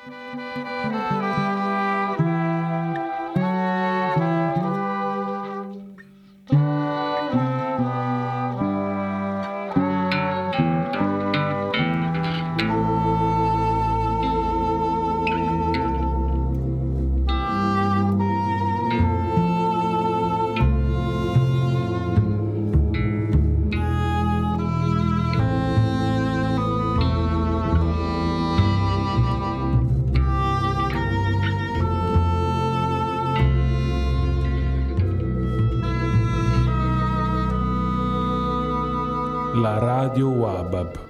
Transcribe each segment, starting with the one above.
La Radio Wabab.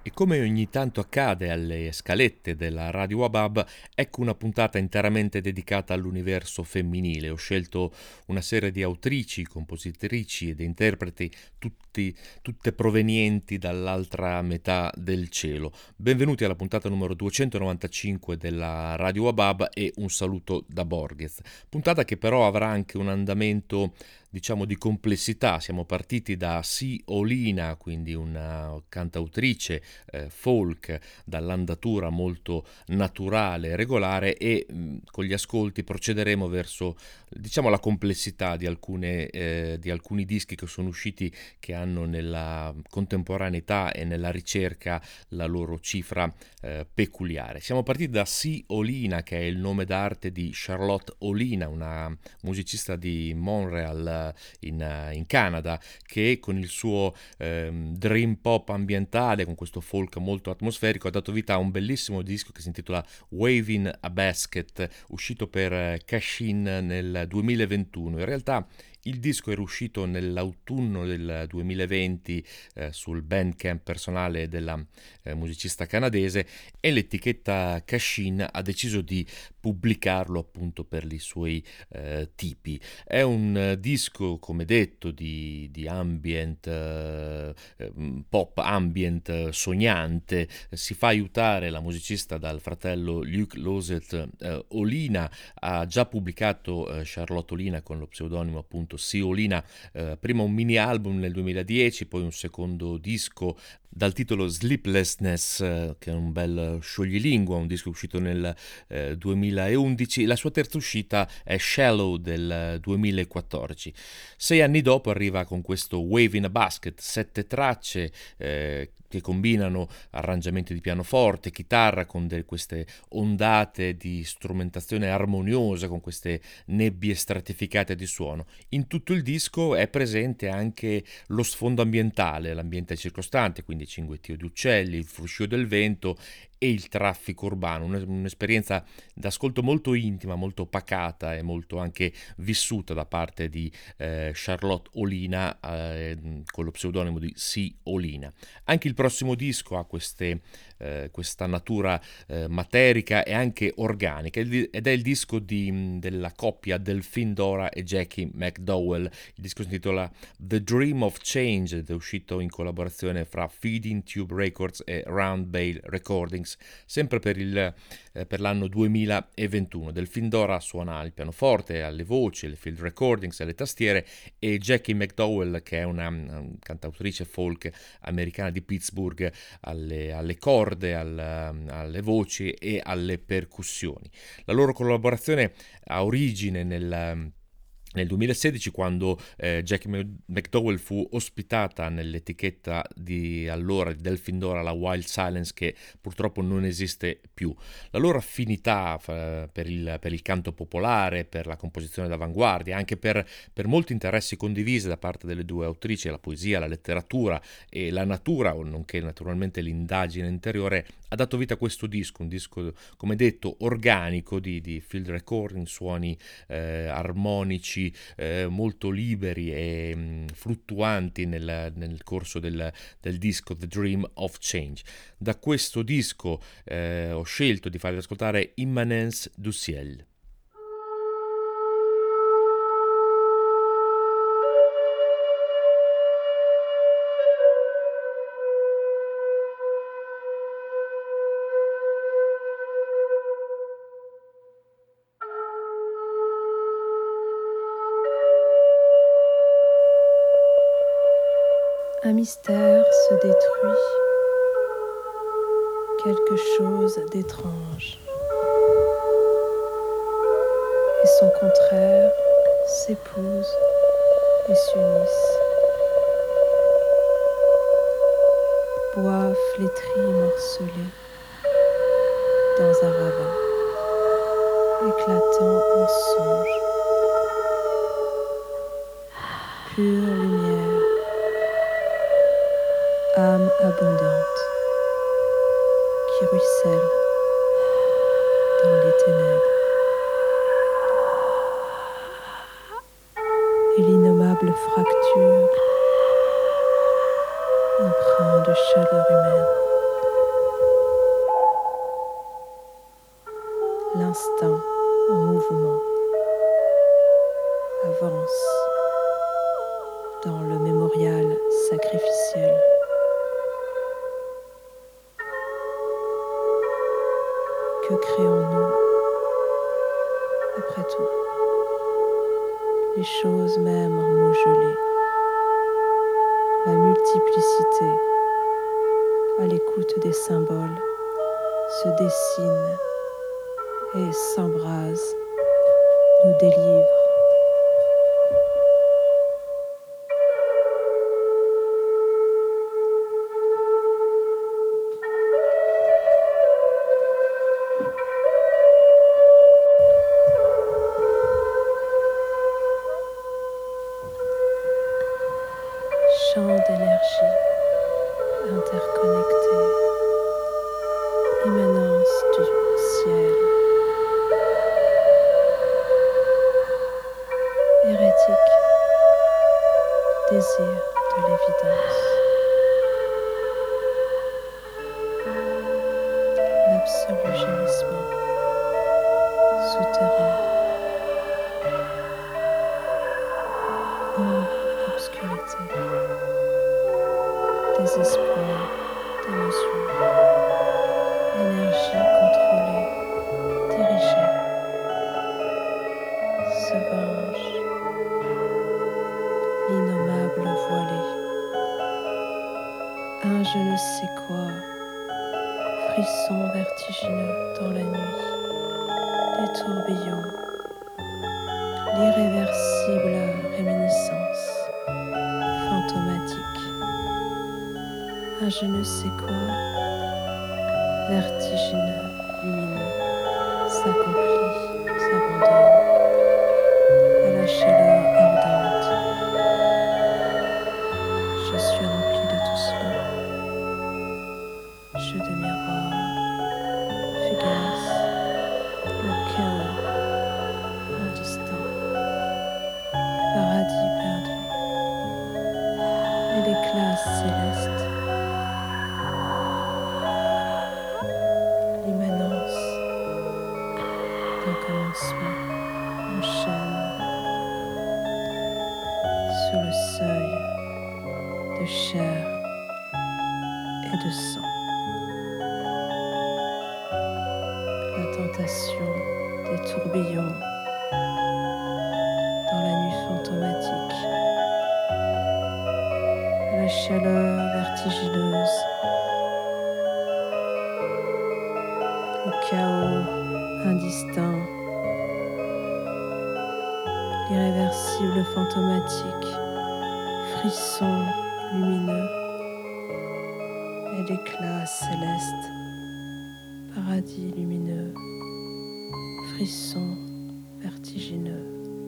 E come ogni tanto accade alle scalette della Radio Wabab, ecco una puntata interamente dedicata all'universo femminile. Ho scelto una serie di autrici, compositrici ed interpreti, tutte provenienti dall'altra metà del cielo. Benvenuti alla puntata numero 295 della Radio Wabab e un saluto da Borghez. Puntata che però avrà anche un andamento, diciamo, di complessità. Siamo partiti da Si Olina, quindi una cantautrice folk dall'andatura molto naturale e regolare, e con gli ascolti procederemo verso, diciamo, la complessità di alcuni dischi che sono usciti, che hanno nella contemporaneità e nella ricerca la loro cifra peculiare. Siamo partiti da Si Olina, che è il nome d'arte di Charlotte Olina, una musicista di Montreal in Canada, che con il suo dream pop ambientale, con questo folk molto atmosferico, ha dato vita a un bellissimo disco che si intitola Waving a Basket, uscito per Cashin nel 2021. In realtà il disco era uscito nell'autunno del 2020 sul Bandcamp personale della musicista canadese, e l'etichetta Cashin ha deciso di pubblicarlo appunto per i suoi tipi. È un disco, come detto, di ambient, pop ambient sognante. Si fa aiutare la musicista dal fratello Luc Loset Olina. Ha già pubblicato Charlotte Olina con lo pseudonimo appunto Si Olina, prima un mini album nel 2010, poi un secondo disco dal titolo Sleeplessness, che è un bel scioglilingua, un disco uscito nel 2011. La sua terza uscita è Shallow del 2014. 6 anni dopo arriva con questo Wave in a Basket, 7 tracce che combinano arrangiamenti di pianoforte, chitarra, con queste ondate di strumentazione armoniosa, con queste nebbie stratificate di suono. In tutto il disco è presente anche lo sfondo ambientale, l'ambiente circostante, quindi il cinguettio di uccelli, il fruscio del vento e il traffico urbano, un'esperienza d'ascolto molto intima, molto pacata e molto anche vissuta da parte di Charlotte Olina, con lo pseudonimo di Si Olina. Anche il prossimo disco ha questa natura materica e anche organica, ed è il disco della coppia Delphine Dora e Jackie McDowell. Il disco si intitola The Dream of Change ed è uscito in collaborazione fra Feeding Tube Records e Round Bale Recordings, sempre per l'anno 2021. Delphine Dora suona il pianoforte, alle voci, alle field recordings, alle tastiere, e Jackie McDowell, che è una cantautrice folk americana di Pittsburgh, alle corde, alle voci e alle percussioni. La loro collaborazione ha origine nel 2016, quando Jackie McDowell fu ospitata nell'etichetta di allora di Delphine Dora, la Wild Silence, che purtroppo non esiste più. La loro affinità per il canto popolare, per la composizione d'avanguardia, anche per molti interessi condivisi da parte delle due autrici, la poesia, la letteratura e la natura, nonché naturalmente l'indagine interiore, ha dato vita a questo disco, un disco, come detto, organico di field recording, suoni armonici, molto liberi e fluttuanti nel corso del disco The Dream of Change. Da questo disco ho scelto di farvi ascoltare Immanence du Ciel. Un mystère se détruit, quelque chose d'étrange, et son contraire s'épouse et s'unissent. Bois flétri morcelé dans un ravin, éclatant en songe, pure lumière, âme abondante qui ruisselle dans les ténèbres. Et l'innommable fracture, empreinte de chaleur humaine, l'instinct en mouvement avance dans le mémorial sacrificiel. Que créons-nous après tout? Les choses même en mots gelés, la multiplicité à l'écoute des symboles se dessine et s'embrase, nous délivre. Champ d'énergie interconnecté, immanence du ciel, hérétique, désir de l'évidence, l'absolu gémissement souterrain, ombre, obscurité, désespoir d'émotion, énergie contrôlée, dirigée, se venge, l'innommable voilé, un je ne sais quoi, frisson vertigineux dans la nuit, des tourbillons, l'irréversible réminiscence fantomatique. Un je ne sais quoi, vertigineux, lumineux, s'accomplit, s'abandonne à la chaleur ardente. Je suis rempli de tout cela. Jeu de miroir, fugace, le chaos, indistinct, paradis perdu, et l'éclat céleste. L'immanence d'un commencement enchaîne sur le seuil de chair et de sang. La tentation des tourbillons dans la nuit fantomatique, la chaleur vertigineuse, le chaos indistinct, l'irréversible fantomatique, frisson lumineux et l'éclat céleste, paradis lumineux, frisson vertigineux.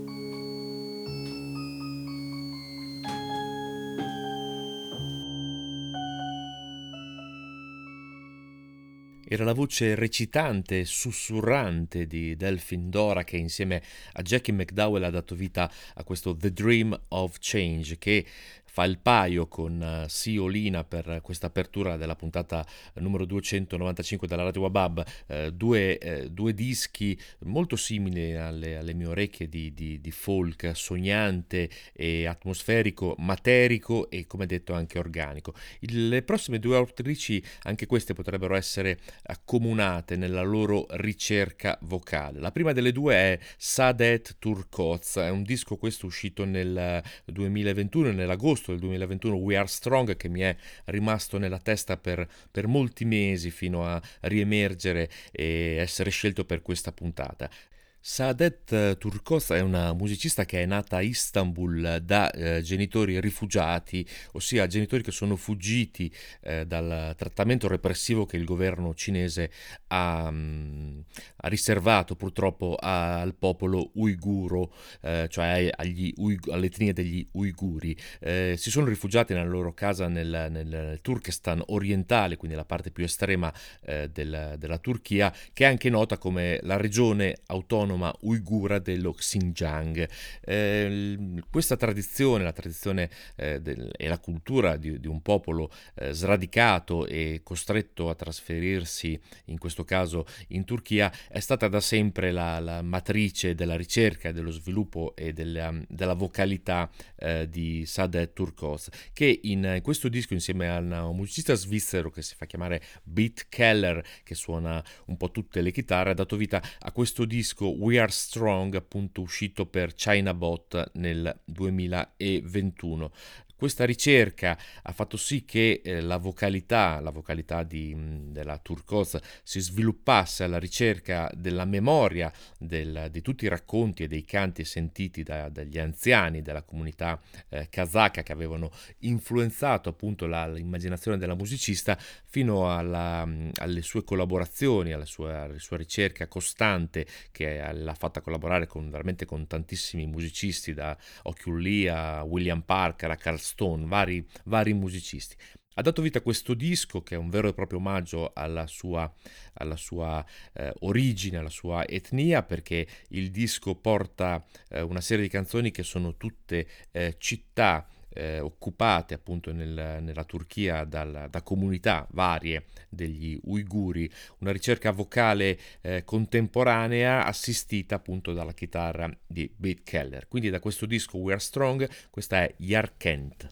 Era la voce recitante e sussurrante di Delphine Dora che insieme a Jackie McDowell ha dato vita a questo The Dream of Change, che fa il paio con Siolina per questa apertura della puntata numero 295 della Radio Wabab, due dischi molto simili alle mie orecchie di folk sognante e atmosferico, materico e, come detto, anche organico. Le prossime due autrici, anche queste potrebbero essere accomunate nella loro ricerca vocale. La prima delle due è Saadet Turkoz, è un disco questo uscito nel 2021, nell'agosto del 2021, We Are Strong, che mi è rimasto nella testa per molti mesi fino a riemergere e essere scelto per questa puntata. Saadet Turkoz è una musicista che è nata a Istanbul da genitori rifugiati, ossia genitori che sono fuggiti dal trattamento repressivo che il governo cinese ha riservato purtroppo al popolo uiguro, cioè all'etnia degli uiguri. Si sono rifugiati nella loro casa nel Turkestan orientale, quindi la parte più estrema della Turchia, che è anche nota come la regione autonoma autonoma uigura dello Xinjiang. Questa tradizione, la tradizione e la cultura di un popolo sradicato e costretto a trasferirsi, in questo caso in Turchia, è stata da sempre la matrice della ricerca, dello sviluppo e della vocalità di Saadet Turkos, che in questo disco, insieme a un musicista svizzero che si fa chiamare Beat Keller, che suona un po' tutte le chitarre, ha dato vita a questo disco We Are Strong, appunto uscito per Chinabot nel 2021. Questa ricerca ha fatto sì che la vocalità della Turkos si sviluppasse alla ricerca della memoria di tutti i racconti e dei canti sentiti dagli anziani della comunità kazaka, che avevano influenzato appunto l'immaginazione della musicista, fino alle sue collaborazioni, alla sua ricerca costante, che l'ha fatta collaborare veramente con tantissimi musicisti, da Occhiul Lee a William Parker a Carl Stone, vari musicisti. Ha dato vita a questo disco, che è un vero e proprio omaggio alla sua origine, alla sua etnia, perché il disco porta una serie di canzoni che sono tutte città occupate appunto nella Turchia da comunità varie degli uiguri, una ricerca vocale contemporanea assistita appunto dalla chitarra di Beat Keller. Quindi da questo disco We Are Strong, questa è Yarkent.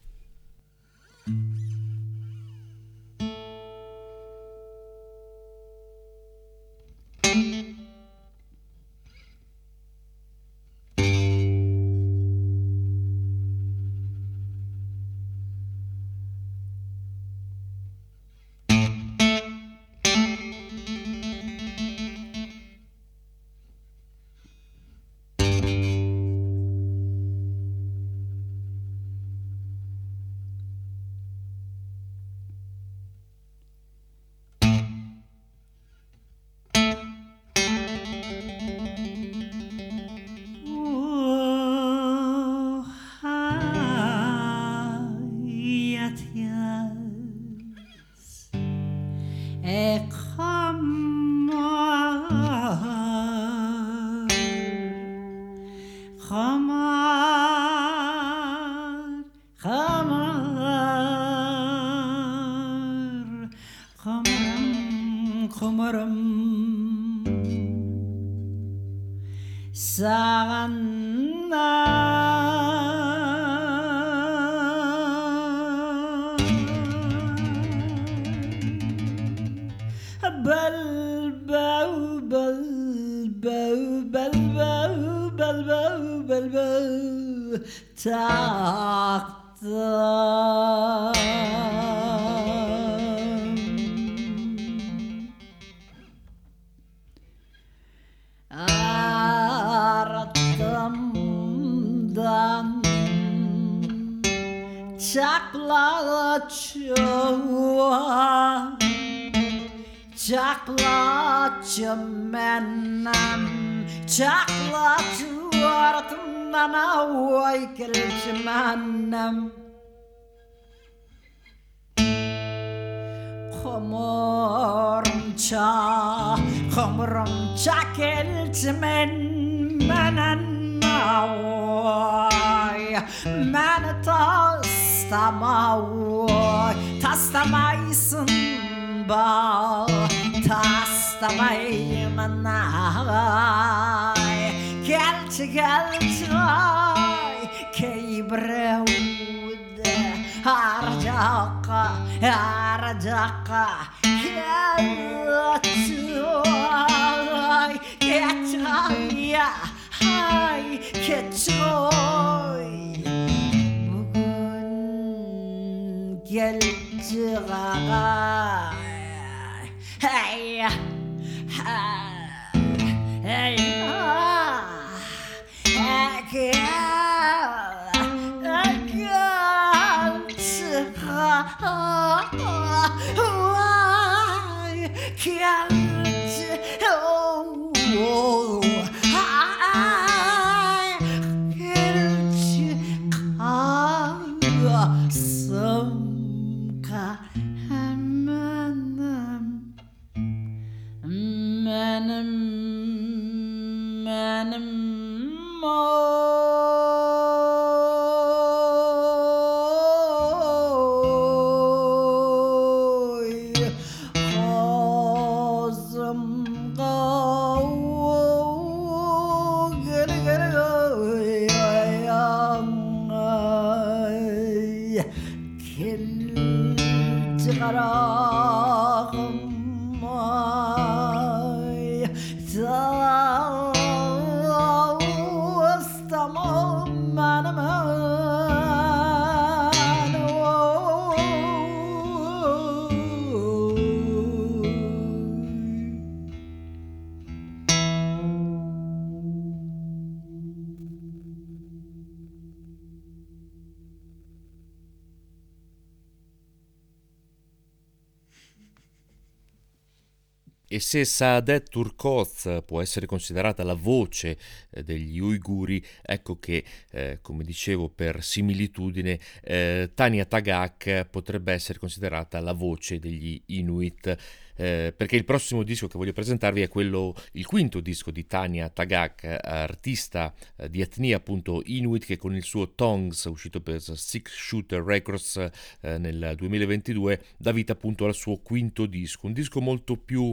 E se Saadet Turkoz può essere considerata la voce degli uiguri, ecco che, come dicevo, per similitudine, Tanya Tagaq potrebbe essere considerata la voce degli Inuit. Perché il prossimo disco che voglio presentarvi è il quinto disco di Tanya Tagaq, artista di etnia appunto Inuit, che con il suo Tongues, uscito per Six Shooter Records nel 2022, dà vita appunto al suo quinto disco, un disco molto più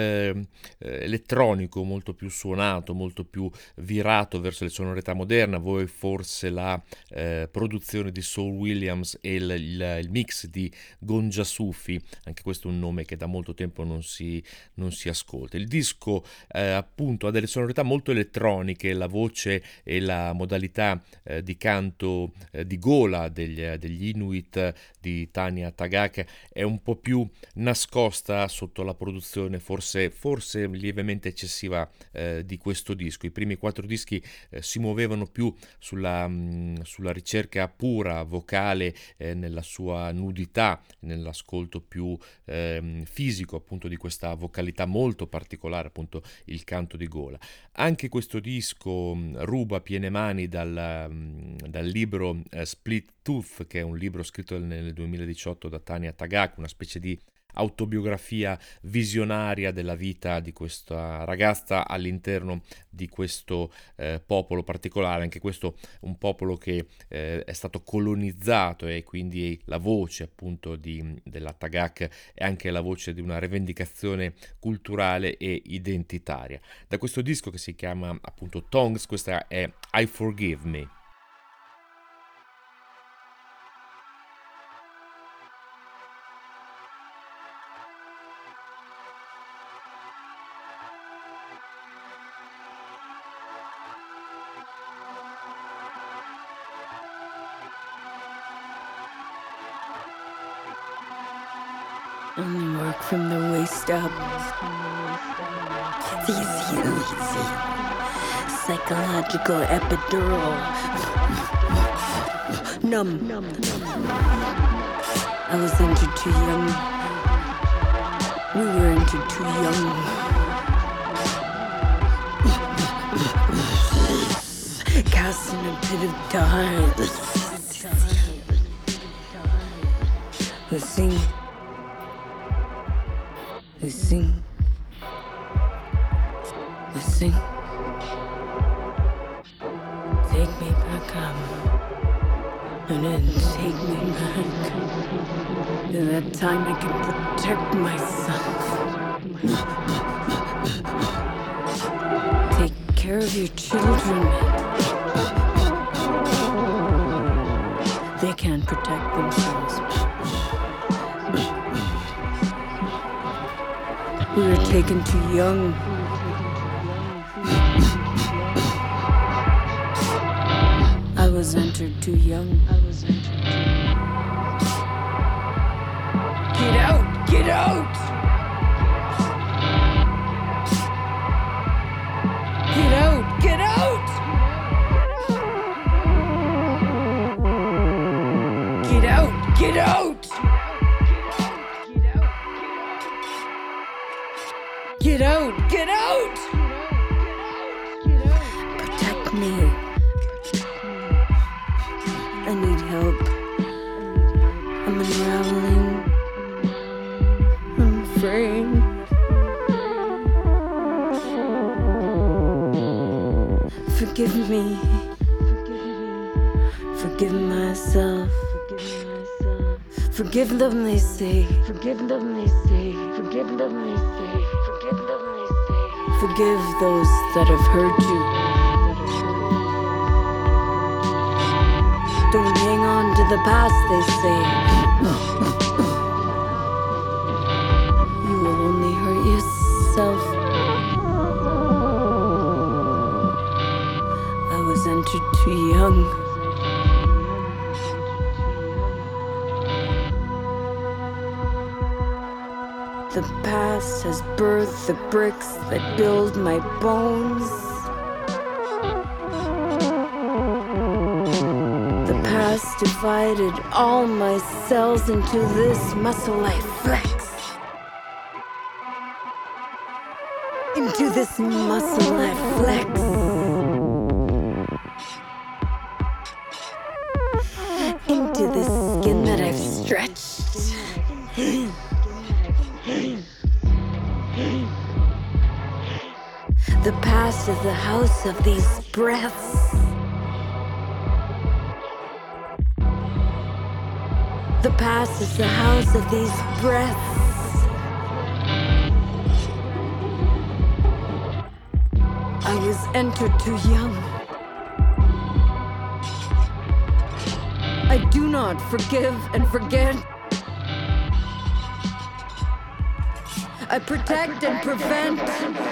elettronico, molto più suonato, molto più virato verso le sonorità moderne. Voi forse la produzione di Saul Williams e il mix di Gonja Sufi, anche questo è un nome che da molto tempo non si ascolta. Il disco appunto ha delle sonorità molto elettroniche, la voce e la modalità di canto di gola degli Inuit di Tanya Tagaq è un po' più nascosta sotto la produzione forse lievemente eccessiva di questo disco. I primi 4 dischi si muovevano più sulla ricerca pura vocale, nella sua nudità, nell'ascolto più fisico appunto di questa vocalità molto particolare, appunto il canto di gola. Anche questo disco ruba piene mani dal libro Split Tooth, che è un libro scritto nel 2018 da Tanya Tagaq, una specie di autobiografia visionaria della vita di questa ragazza all'interno di questo popolo particolare, anche questo un popolo che è stato colonizzato, e quindi la voce appunto della Tagaq è anche la voce di una rivendicazione culturale e identitaria. Da questo disco, che si chiama appunto Tongues, questa è I Forgive Me. Only work from the waist up. These easy psychological epidural. Numb. I was entered too young. We were entered too young. Cast in a pit of darkness. We sing. We sing. We sing. Take me back up. And then take me back. To that time I can protect myself. Take care of your children. They can't protect themselves. We were taken too young. I was entered too young. Get out! Get out! Get out! Get out! Get out! Get out! Get out! Get out! Protect me. I need help. I'm unraveling. I'm afraid. Forgive me. Forgive myself. Forgive them, they say. Forgive them, they say. Forgive them, they say. Forgive them, they say. Forgive those that have hurt you. Don't hang on to the past, they say. myself. I was entered too young. The past has birthed the bricks that build my bones. The past divided all my cells into this muscle I flex. Into this muscle I flex. Into this skin that I've stretched. The past is the house of these breaths. The past is the house of these breaths. I was entered too young. I do not forgive and forget. I protect and prevent.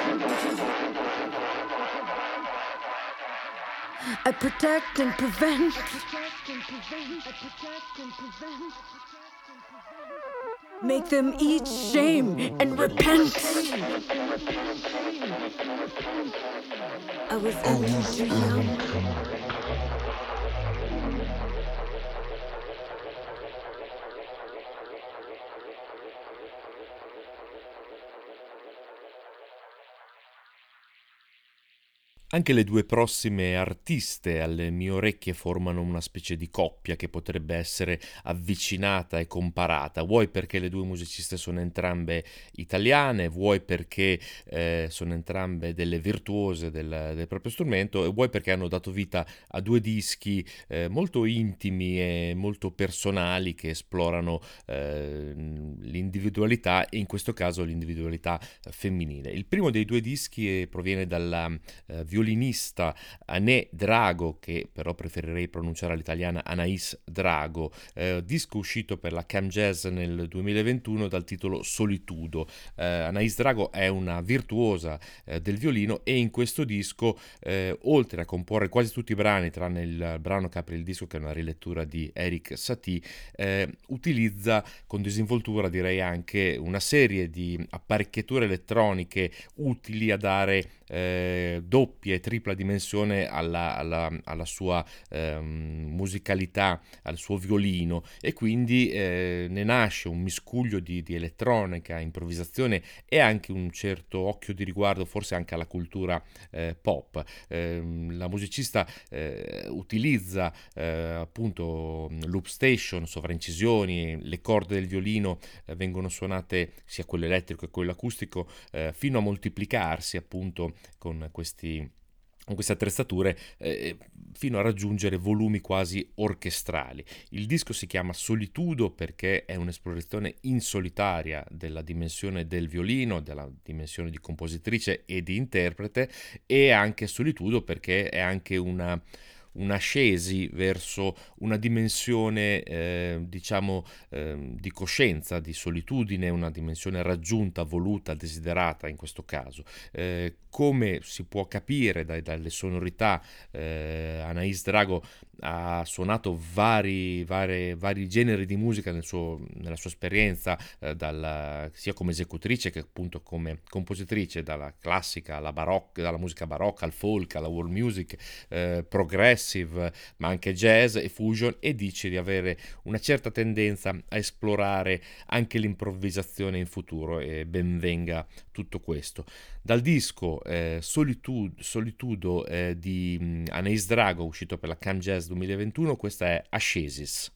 I protect and prevent. Make them eat shame and repent. I was entered too young. Anche le due prossime artiste alle mie orecchie formano una specie di coppia che potrebbe essere avvicinata e comparata, vuoi perché le due musiciste sono entrambe italiane, vuoi perché sono entrambe delle virtuose del proprio strumento, e vuoi perché hanno dato vita a due dischi molto intimi e molto personali che esplorano l'individualità, e in questo caso l'individualità femminile. Il primo dei due dischi proviene dalla violinista Ané Drago, che però preferirei pronunciare all'italiana Anaïs Drago, disco uscito per la Cam Jazz nel 2021 dal titolo Solitudo. Anaïs Drago è una virtuosa del violino, e in questo disco, oltre a comporre quasi tutti i brani, tranne il brano che apre il disco, che è una rilettura di Erik Satie, utilizza con disinvoltura, direi anche, una serie di apparecchiature elettroniche utili a dare doppia e tripla dimensione alla sua musicalità, al suo violino, e quindi ne nasce un miscuglio di elettronica, improvvisazione e anche un certo occhio di riguardo forse anche alla cultura pop. La musicista utilizza appunto loop station, sovraincisioni, le corde del violino vengono suonate, sia quello elettrico che quello acustico, fino a moltiplicarsi appunto con queste attrezzature, fino a raggiungere volumi quasi orchestrali. Il disco si chiama Solitudo perché è un'esplorazione in solitaria della dimensione del violino, della dimensione di compositrice e di interprete, e anche Solitudo perché è anche un'ascesi verso una dimensione di coscienza, di solitudine, una dimensione raggiunta, voluta, desiderata in questo caso. Come si può capire dalle sonorità, Anaïs Drago ha suonato vari generi di musica nella sua esperienza, sia come esecutrice che appunto come compositrice, dalla classica alla barocca, dalla musica barocca al folk, alla world music, progressive, ma anche jazz e fusion, e dice di avere una certa tendenza a esplorare anche l'improvvisazione in futuro, e ben venga tutto questo. Dal disco Solitudo di Anaïs Drago, uscito per la Cam Jazz 2021, questa è Ascesis.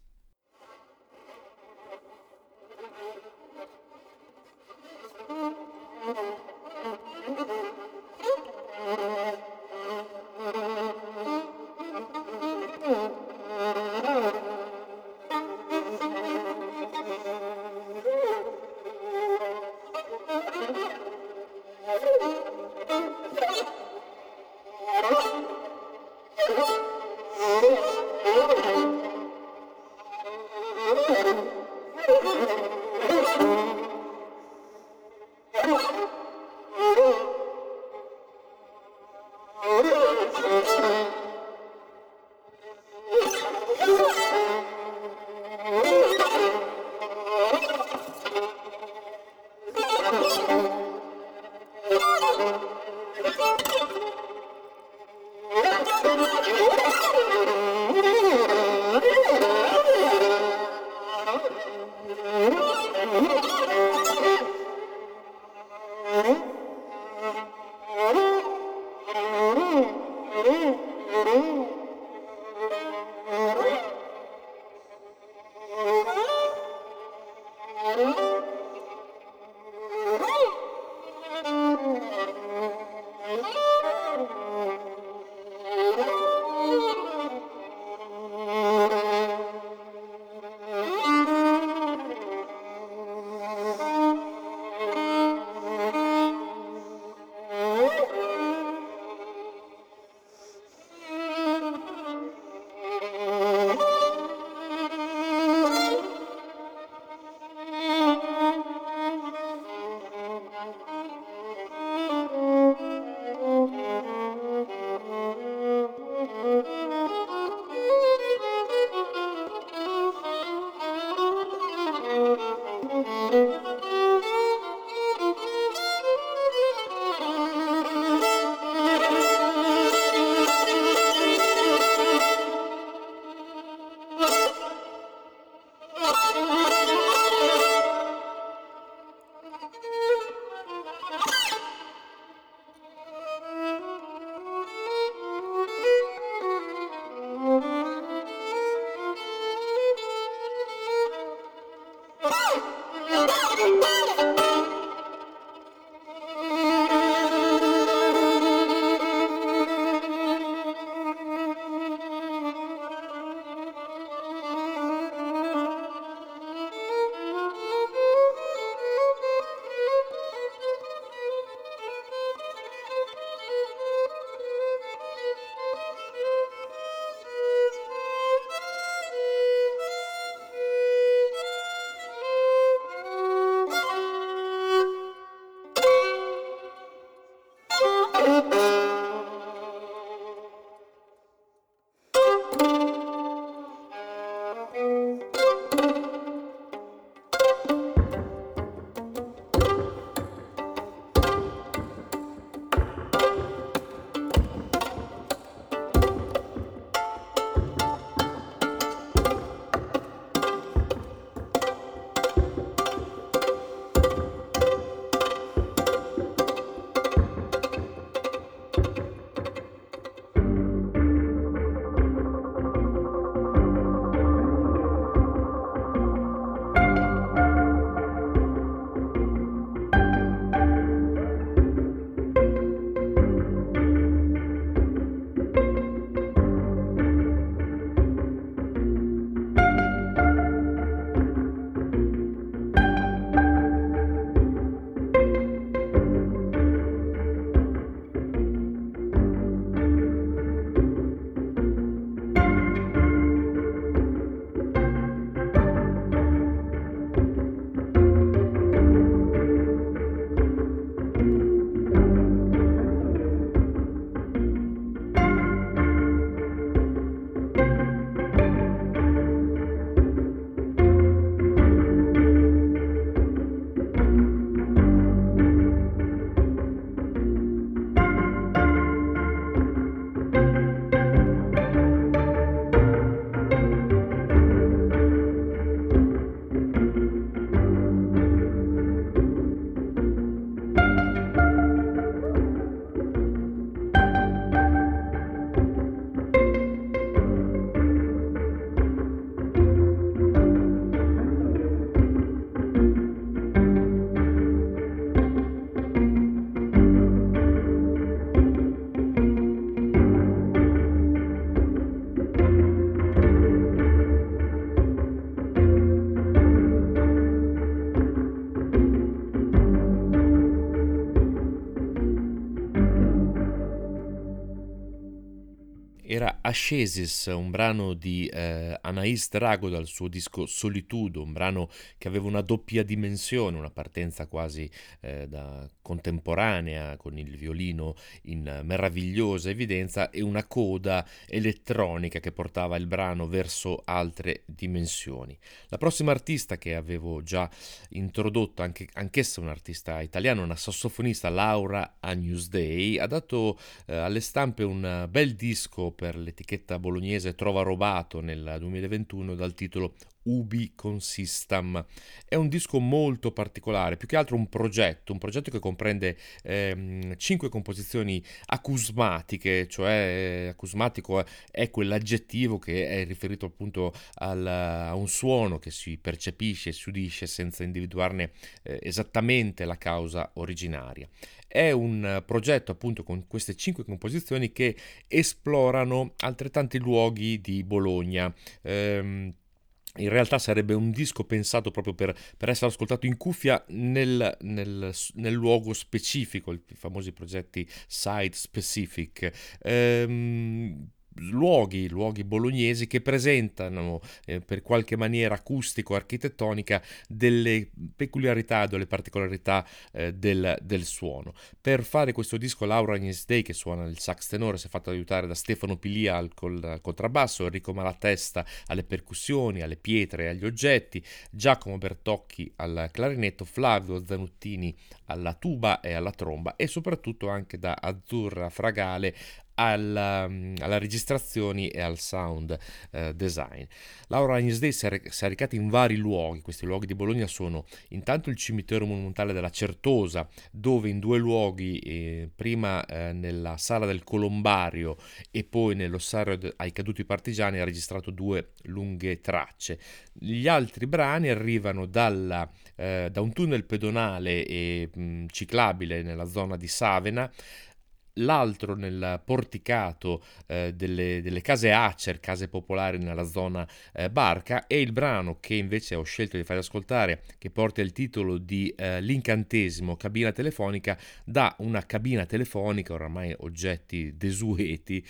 era Ascesis, un brano di Anaïs Drago dal suo disco Solitudo, un brano che aveva una doppia dimensione, una partenza quasi da contemporanea con il violino in meravigliosa evidenza e una coda elettronica che portava il brano verso altre dimensioni. La prossima artista che avevo già introdotto, anch'essa un'artista italiana, una sassofonista, Laura Agnusdei, ha dato alle stampe un bel disco per l'etichetta bolognese Trova Robato nel 2021 dal titolo Ubi Consistam. È un disco molto particolare, più che altro un progetto che comprende 5 composizioni acusmatiche, cioè acusmatico è quell'aggettivo che è riferito appunto a un suono che si percepisce e si udisce senza individuarne esattamente la causa originaria. È un progetto appunto con queste 5 composizioni che esplorano altrettanti luoghi di Bologna. In realtà sarebbe un disco pensato proprio per essere ascoltato in cuffia nel luogo specifico, i famosi progetti site specific. Luoghi bolognesi che presentano per qualche maniera acustico-architettonica delle peculiarità, delle particolarità del suono. Per fare questo disco Laura Agnusdei, che suona il sax tenore, si è fatto aiutare da Stefano Pilia al contrabbasso, Enrico Malatesta alle percussioni, alle pietre e agli oggetti, Giacomo Bertocchi al clarinetto, Flavio Zanuttini alla tuba e alla tromba e soprattutto anche da Azzurra Fragale alla registrazioni e al sound design. Laura Agnusdei si è recata in vari luoghi. Questi luoghi di Bologna sono intanto il cimitero monumentale della Certosa, dove in 2 luoghi, prima nella sala del Colombario e poi nell'ossario ai caduti partigiani, ha registrato 2 lunghe tracce. Gli altri brani arrivano da un tunnel pedonale e ciclabile nella zona di Savena, l'altro nel porticato delle case Acer, case popolari nella zona Barca, e il brano che invece ho scelto di farvi ascoltare, che porta il titolo di L'incantesimo, cabina telefonica, da una cabina telefonica, oramai oggetti desueti,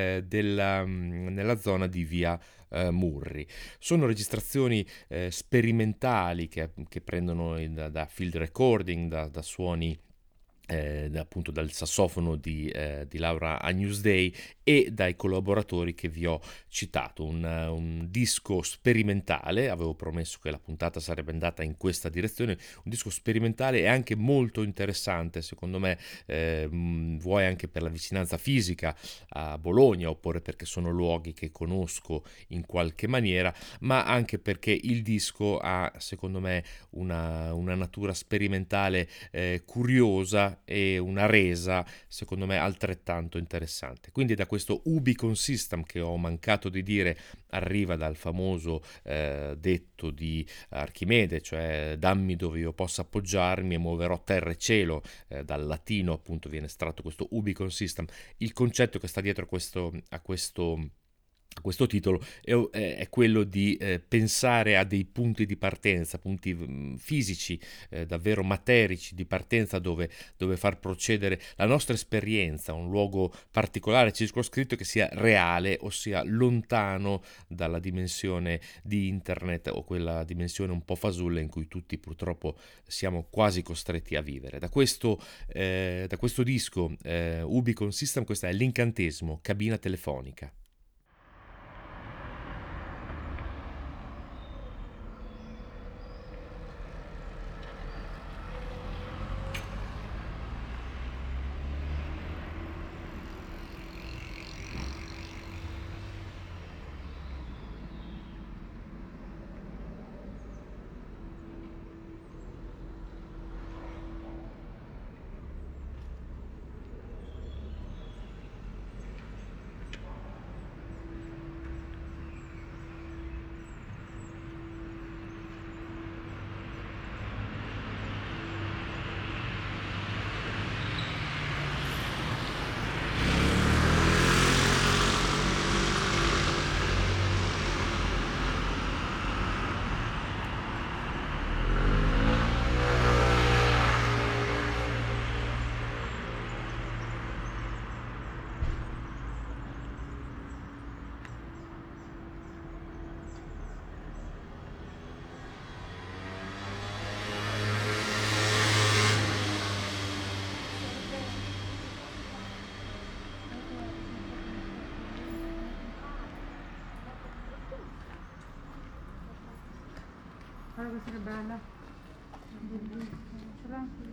nella zona di via Murri. Sono registrazioni sperimentali che prendono da field recording, da suoni appunto dal sassofono di Laura Agnusdei e dai collaboratori che vi ho citato. Un disco sperimentale, avevo promesso che la puntata sarebbe andata in questa direzione, un disco sperimentale e anche molto interessante secondo me, vuoi anche per la vicinanza fisica a Bologna, oppure perché sono luoghi che conosco in qualche maniera, ma anche perché il disco ha secondo me una natura sperimentale curiosa e una resa secondo me altrettanto interessante. Quindi da questo Ubi Consistam, che ho mancato di dire, arriva dal famoso detto di Archimede, cioè dammi dove io possa appoggiarmi e muoverò terra e cielo. Dal latino appunto viene estratto questo Ubi Consistam. Il concetto che sta dietro a questo titolo è quello di pensare a dei punti di partenza, punti fisici, davvero materici di partenza dove far procedere la nostra esperienza, un luogo particolare, circoscritto, che sia reale, ossia lontano dalla dimensione di internet o quella dimensione un po' fasulla in cui tutti purtroppo siamo quasi costretti a vivere. Da questo disco Ubi Consistam, questo è L'incantesimo, cabina telefonica. essere bella. Tranquilla.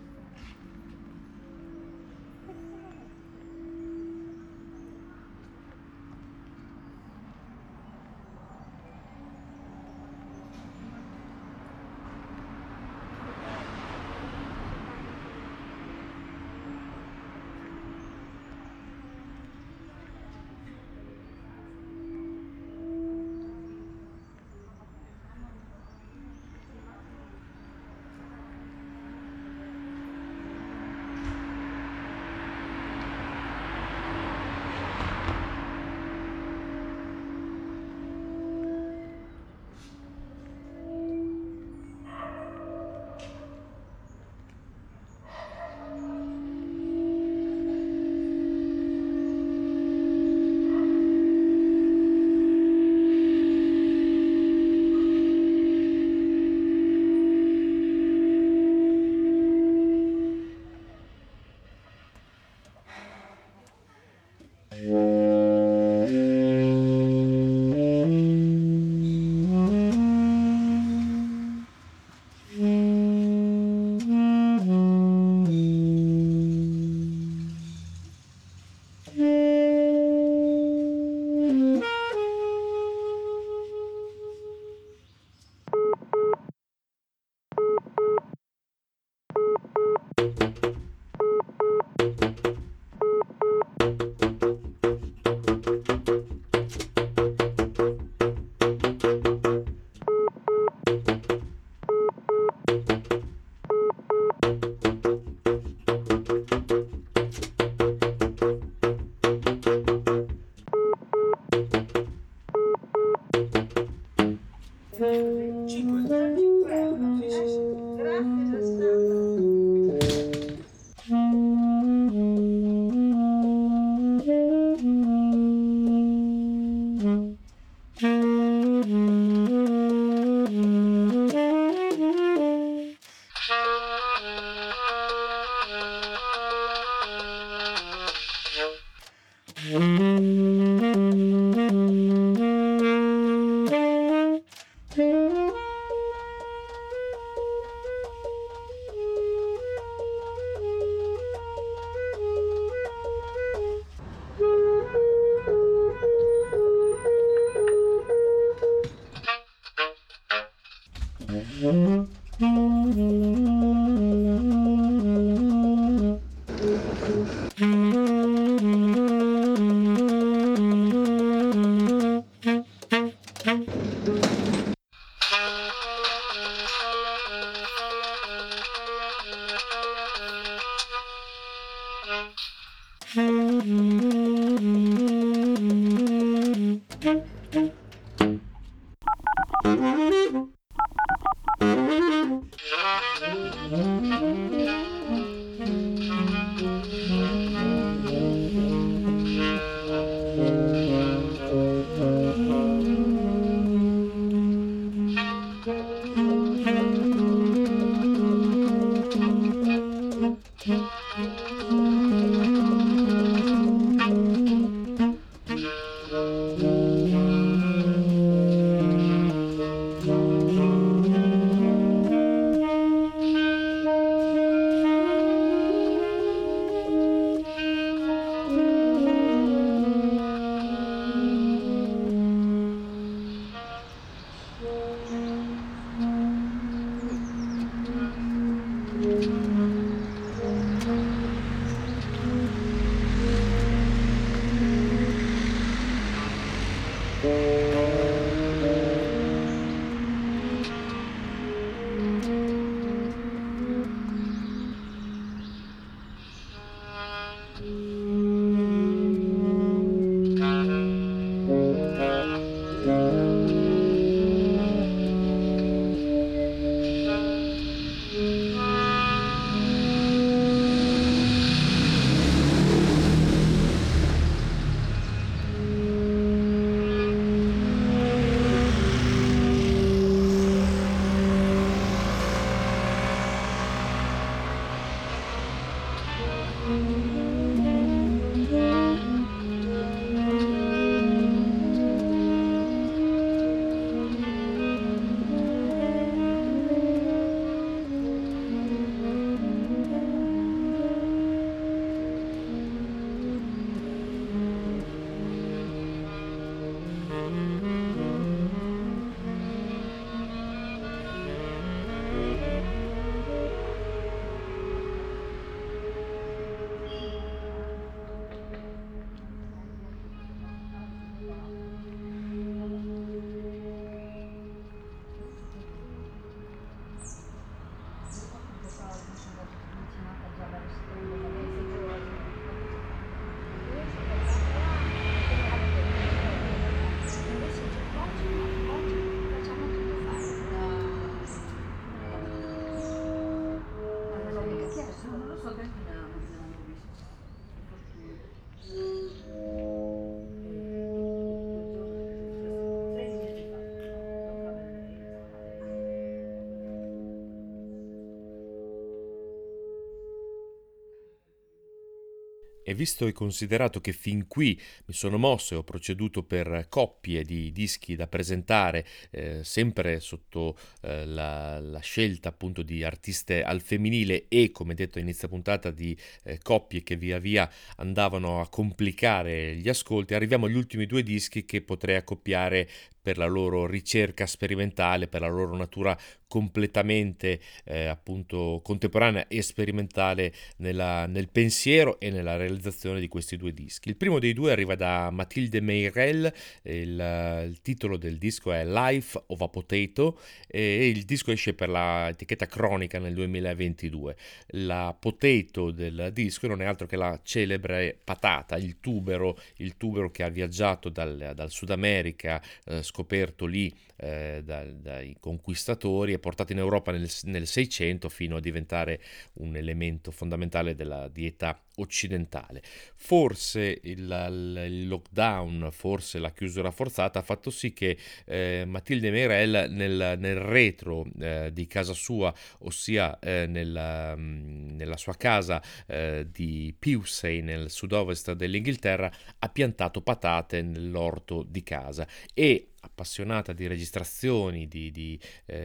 E visto e considerato che fin qui mi sono mosso e ho proceduto per coppie di dischi da presentare, sempre sotto la scelta appunto di artiste al femminile e, come detto a inizio puntata, di coppie che via via andavano a complicare gli ascolti, arriviamo agli ultimi due dischi che potrei accoppiare per la loro ricerca sperimentale, per la loro natura completamente appunto contemporanea e sperimentale nel pensiero e nella realizzazione di questi due dischi. Il primo dei due arriva da Mathilde Meirel, il titolo del disco è Life of a Potato e il disco esce per la etichetta Cronica nel 2022. La potato del disco non è altro che la celebre patata, il tubero che ha viaggiato dal Sud America, scoperto lì dai conquistatori e portato in Europa nel 600 fino a diventare un elemento fondamentale della dieta occidentale. Forse il lockdown, forse la chiusura forzata ha fatto sì che Mathilde Meirel nel retro di casa sua, ossia nella sua casa di Pewsey nel sud-ovest dell'Inghilterra, ha piantato patate nell'orto di casa e appassionata di registrazioni, di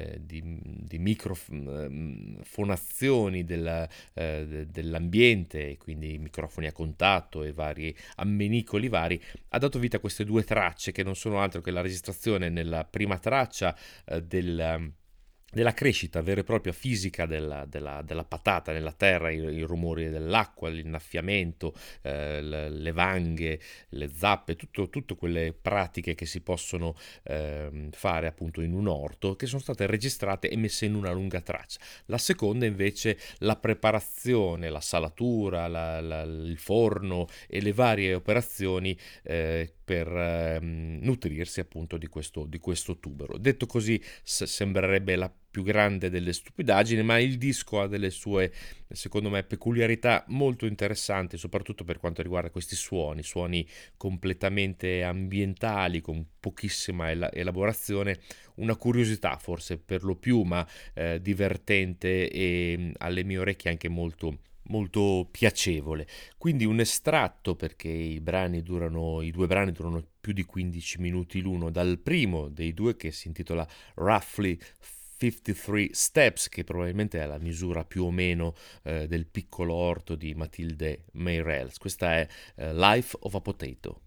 microfonazioni dell'ambiente, quindi microfoni a contatto e vari ammenicoli vari, ha dato vita a queste due tracce che non sono altro che la registrazione nella prima traccia della crescita vera e propria fisica della patata nella terra, i rumori dell'acqua, l'innaffiamento, le vanghe, le zappe, tutto quelle pratiche che si possono fare appunto in un orto, che sono state registrate e messe in una lunga traccia. La seconda invece la preparazione, la salatura, il forno e le varie operazioni per nutrirsi appunto di questo tubero. Detto così sembrerebbe la più grande delle stupidaggini, ma il disco ha delle sue, secondo me, peculiarità molto interessanti, soprattutto per quanto riguarda questi suoni completamente ambientali, con pochissima elaborazione, una curiosità forse per lo più, ma divertente e alle mie orecchie anche molto piacevole. Quindi un estratto, perché i due brani durano più di 15 minuti l'uno, dal primo dei due che si intitola Roughly 53 Steps, che probabilmente è la misura più o meno del piccolo orto di Mathilde Meirel. Questa è Life of a Potato.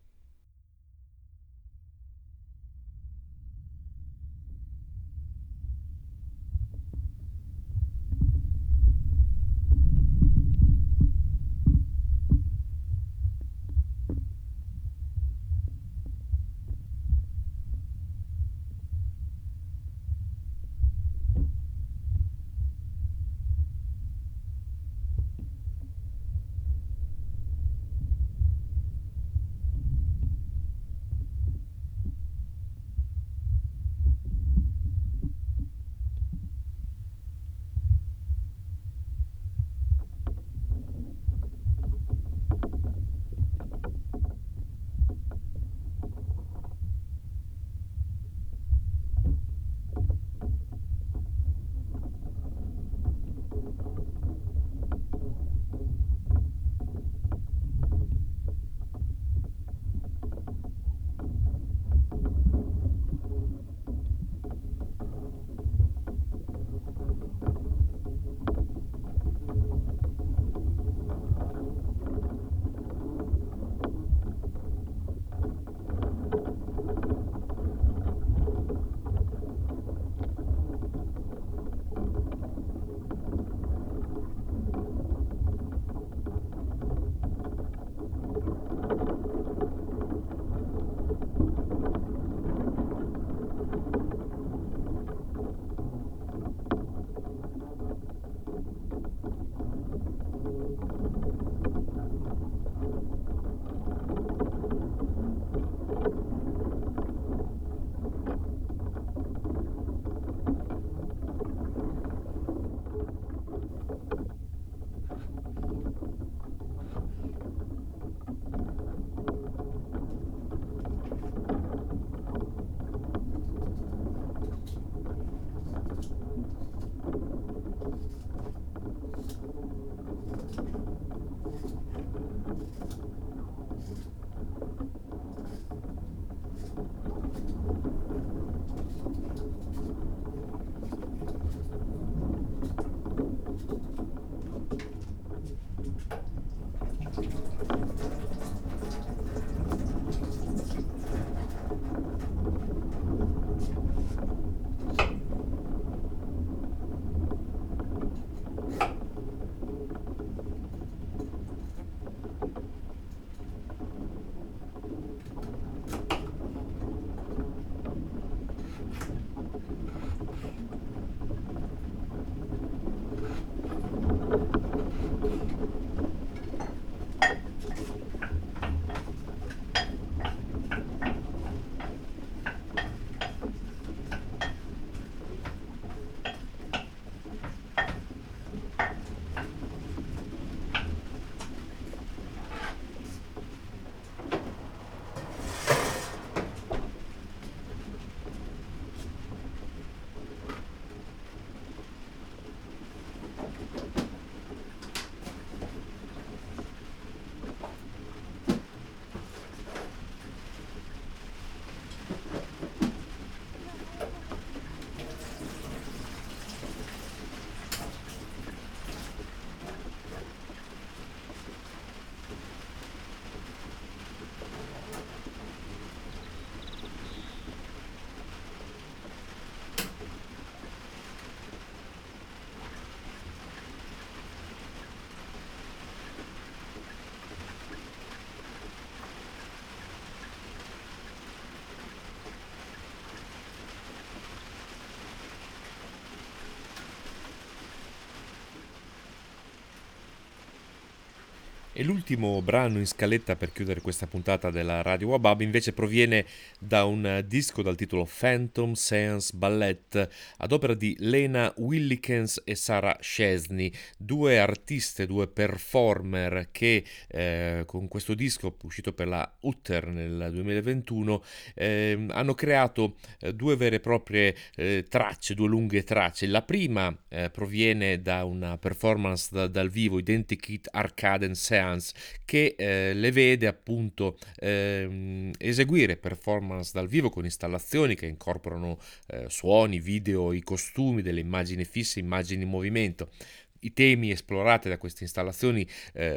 E l'ultimo brano in scaletta per chiudere questa puntata della Radio Wabab invece proviene da un disco dal titolo Phantom Seance Ballet ad opera di Lena Willikens e Sarah Chesney, due artiste, due performer che con questo disco uscito per la Utter nel 2021 hanno creato due vere e proprie tracce, due lunghe tracce. La prima proviene da una performance dal vivo, Identikit Arcaden Seance, che le vede appunto eseguire performance dal vivo con installazioni che incorporano suoni, video, i costumi, delle immagini fisse, immagini in movimento. I temi esplorati da queste installazioni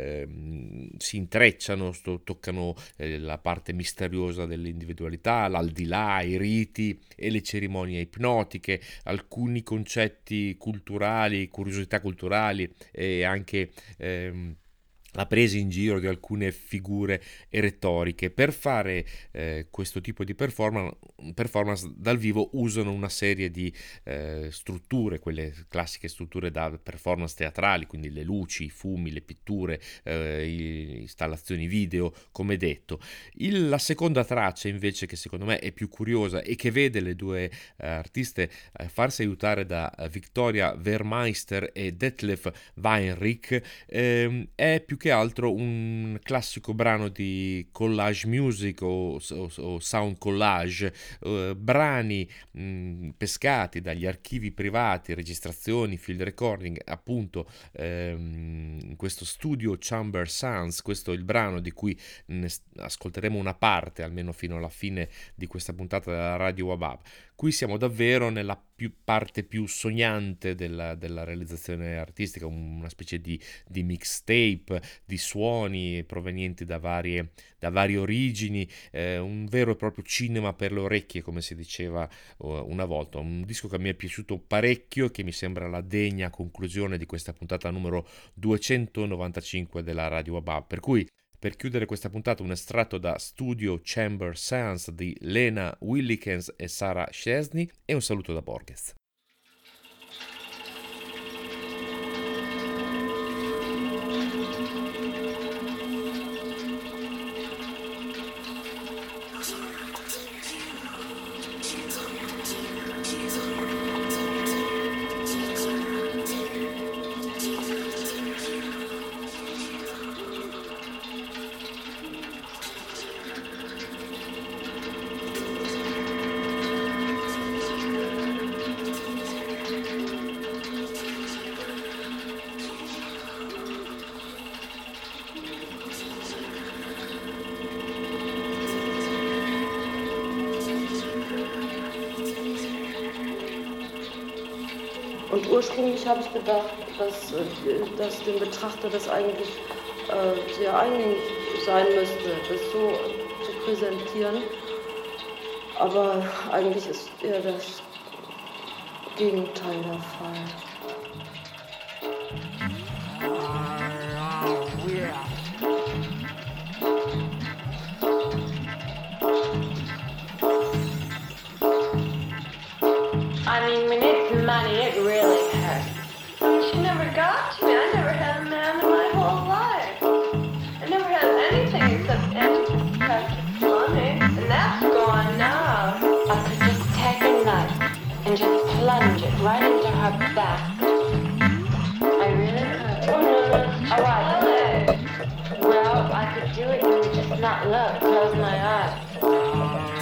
si intrecciano, toccano la parte misteriosa dell'individualità, l'aldilà, i riti e le cerimonie ipnotiche, alcuni concetti culturali, curiosità culturali e anche la presa in giro di alcune figure retoriche. Per fare questo tipo di performance dal vivo usano una serie di strutture, quelle classiche strutture da performance teatrali, quindi le luci, i fumi, le pitture, installazioni video, come detto. La seconda traccia invece, che secondo me è più curiosa e che vede le due artiste farsi aiutare da Victoria Vermeister e Detlef Weinrich, è più che altro un classico brano di collage music o sound collage, brani pescati dagli archivi privati, registrazioni, field recording, appunto in questo studio Chamber Sounds. Questo è il brano di cui ascolteremo una parte, almeno fino alla fine di questa puntata della Radio Wabab. Qui siamo davvero nella parte più sognante della realizzazione artistica, una specie di mixtape di suoni provenienti da varie origini, un vero e proprio cinema per le orecchie, come si diceva una volta. Un disco che mi è piaciuto parecchio e che mi sembra la degna conclusione di questa puntata numero 295 della Radio Wabab. Per cui, per chiudere questa puntata, un estratto da Studio Chamber Sounds di Lena Willikens e Sarah Chesney e un saluto da Borges. Und ursprünglich habe ich gedacht, dass dem Betrachter das eigentlich sehr eingängig sein müsste, das so zu präsentieren. Aber eigentlich ist eher das Gegenteil der Fall. I mean, we need some money, it really hurts. She never got to me. I never had a man in my whole life. I never had anything except antidepressant money, and that's gone now. I could just take a knife and just plunge it right into her back. I really could. Oh, no, Oh, I could. Well, I could do it and just not look, close my eyes.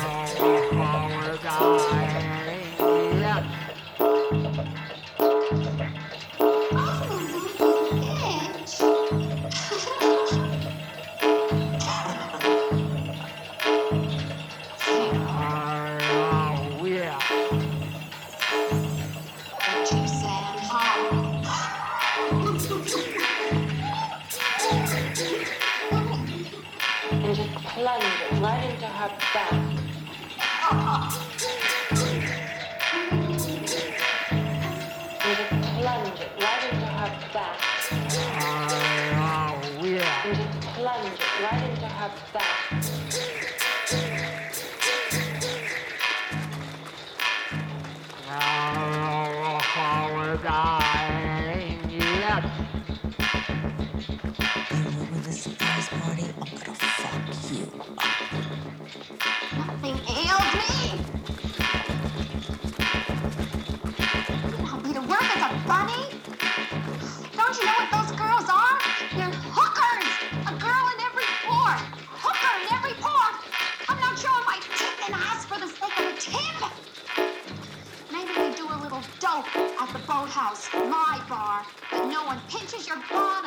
And just plunge it right into her back. And just plunge it right into her back. And just plunge it right into her back. With a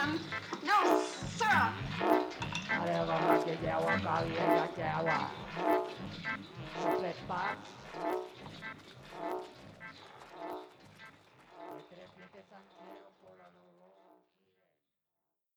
him. No, sir. Aveva che chiava cavia chiava. Aspetta.